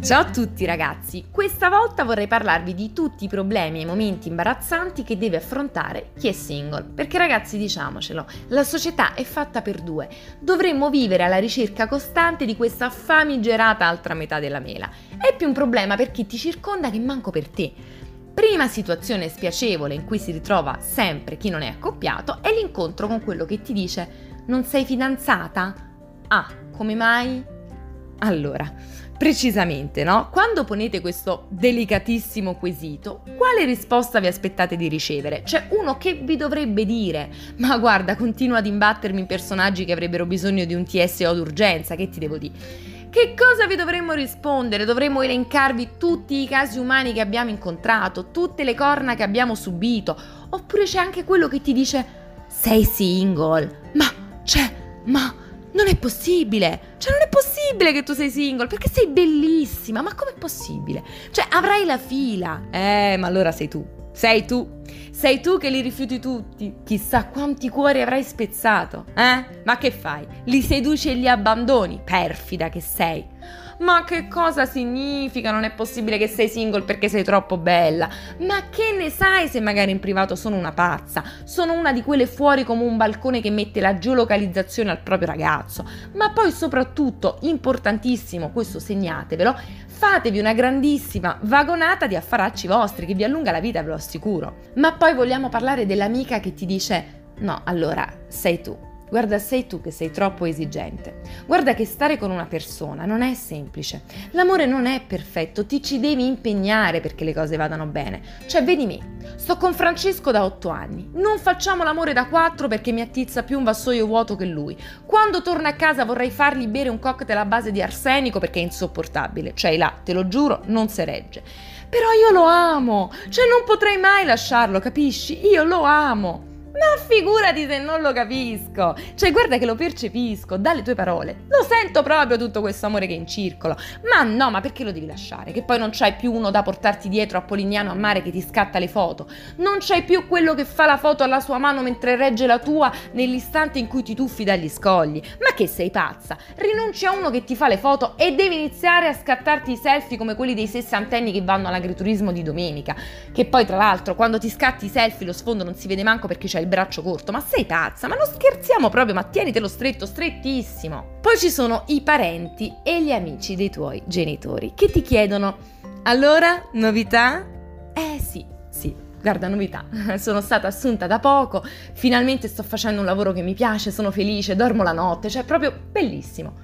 Ciao a tutti ragazzi, questa volta vorrei parlarvi di tutti i problemi e i momenti imbarazzanti che deve affrontare chi è single, perché ragazzi diciamocelo, la società è fatta per due, dovremmo vivere alla ricerca costante di questa famigerata altra metà della mela, è più un problema per chi ti circonda che manco per te. Prima situazione spiacevole in cui si ritrova sempre chi non è accoppiato è l'incontro con quello che ti dice non sei fidanzata? Ah, come mai? Allora, precisamente, no? Quando ponete questo delicatissimo quesito, quale risposta vi aspettate di ricevere? C'è uno che vi dovrebbe dire ma guarda, continua ad imbattermi in personaggi che avrebbero bisogno di un TSO d'urgenza, che ti devo dire? Che cosa vi dovremmo rispondere? Dovremmo elencarvi tutti i casi umani che abbiamo incontrato, tutte le corna che abbiamo subito, oppure c'è anche quello che ti dice sei single, ma non è possibile, non è possibile che tu sei single, perché sei bellissima, ma com'è possibile? Avrai la fila, ma allora sei tu che li rifiuti tutti, chissà quanti cuori avrai spezzato, Ma che fai? Li seduci e li abbandoni, perfida che sei. Ma che cosa significa non è possibile che sei single perché sei troppo bella? Ma che ne sai se magari in privato sono una pazza? Sono una di quelle fuori come un balcone che mette la geolocalizzazione al proprio ragazzo. Ma poi soprattutto, importantissimo, questo segnatevelo, fatevi una grandissima vagonata di affaracci vostri che vi allunga la vita, ve lo assicuro. Ma poi vogliamo parlare dell'amica che ti dice no, allora sei tu. Guarda, sei tu che sei troppo esigente. Guarda che stare con una persona non è semplice. L'amore non è perfetto, ti ci devi impegnare perché le cose vadano bene. Vedi me, sto con Francesco da 8 anni. Non facciamo l'amore da 4 perché mi attizza più un vassoio vuoto che lui. Quando torno a casa vorrei fargli bere un cocktail a base di arsenico perché è insopportabile. Là, te lo giuro, non si regge. Però io lo amo, non potrei mai lasciarlo, capisci? Io lo amo. Ma figurati se non lo capisco, guarda che lo percepisco dalle tue parole, lo sento proprio tutto questo amore che è in circolo, ma no, ma perché lo devi lasciare? Che poi non c'hai più uno da portarti dietro a Polignano a mare che ti scatta le foto, non c'hai più quello che fa la foto alla sua mano mentre regge la tua nell'istante in cui ti tuffi dagli scogli, ma che sei pazza? Rinunci a uno che ti fa le foto e devi iniziare a scattarti i selfie come quelli dei sessantenni che vanno all'agriturismo di domenica, che poi tra l'altro quando ti scatti i selfie lo sfondo non si vede manco perché c'è il braccio corto, ma sei pazza, ma non scherziamo proprio, ma tienitelo stretto, strettissimo. Poi ci sono i parenti e gli amici dei tuoi genitori che ti chiedono allora, novità? Sì, guarda, novità, sono stata assunta da poco, finalmente sto facendo un lavoro che mi piace, sono felice, dormo la notte, proprio bellissimo.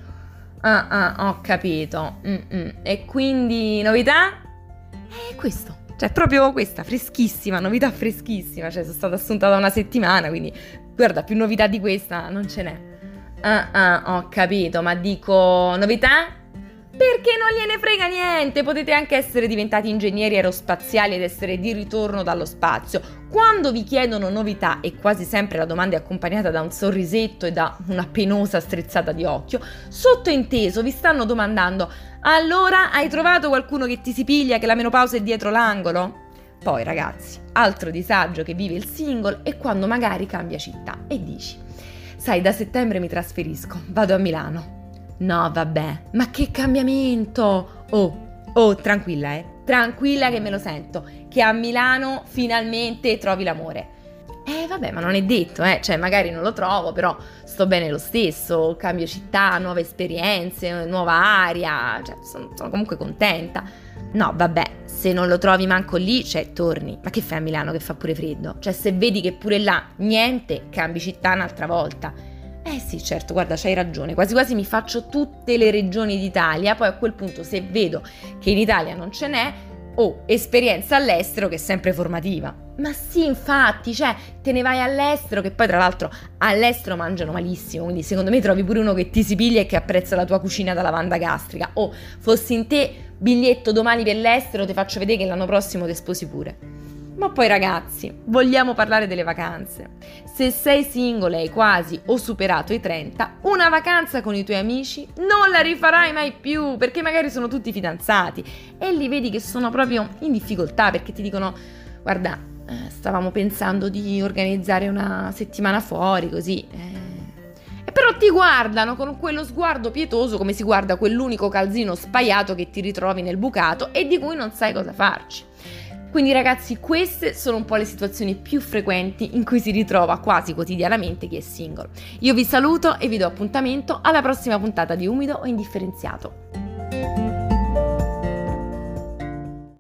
Ho capito. E quindi novità? Questo. Proprio questa, freschissima, novità freschissima, sono stata assunta da una settimana, quindi guarda, più novità di questa non ce n'è. Ho capito, ma dico novità? Perché non gliene frega niente, potete anche essere diventati ingegneri aerospaziali ed essere di ritorno dallo spazio. Quando vi chiedono novità, e quasi sempre la domanda è accompagnata da un sorrisetto e da una penosa strizzata di occhio, sottointeso vi stanno domandando allora hai trovato qualcuno che ti si piglia che la menopausa è dietro l'angolo? Poi ragazzi, altro disagio che vive il single è quando magari cambia città e dici sai, da settembre mi trasferisco, vado a Milano. No, vabbè, ma che cambiamento! Oh, tranquilla che me lo sento, che a Milano finalmente trovi l'amore. Vabbè, ma non è detto, magari non lo trovo, però sto bene lo stesso, cambio città, nuove esperienze, nuova aria, sono comunque contenta. No, vabbè, se non lo trovi manco lì, torni. Ma che fai a Milano che fa pure freddo? Se vedi che pure là niente, cambi città un'altra volta. Sì, certo, guarda, c'hai ragione, quasi quasi mi faccio tutte le regioni d'Italia, poi a quel punto se vedo che in Italia non ce n'è, esperienza all'estero che è sempre formativa. Ma sì, infatti, te ne vai all'estero, che poi tra l'altro all'estero mangiano malissimo, quindi secondo me trovi pure uno che ti si piglia e che apprezza la tua cucina da lavanda gastrica. Fossi in te, biglietto domani per l'estero, ti faccio vedere che l'anno prossimo ti sposi pure. Ma poi ragazzi, vogliamo parlare delle vacanze. Se sei single e hai quasi o superato i 30, una vacanza con i tuoi amici non la rifarai mai più, perché magari sono tutti fidanzati e li vedi che sono proprio in difficoltà perché ti dicono guarda, stavamo pensando di organizzare una settimana fuori così. E però ti guardano con quello sguardo pietoso come si guarda quell'unico calzino spaiato che ti ritrovi nel bucato e di cui non sai cosa farci. Quindi ragazzi, queste sono un po' le situazioni più frequenti in cui si ritrova quasi quotidianamente chi è single. Io vi saluto e vi do appuntamento alla prossima puntata di Umido o Indifferenziato.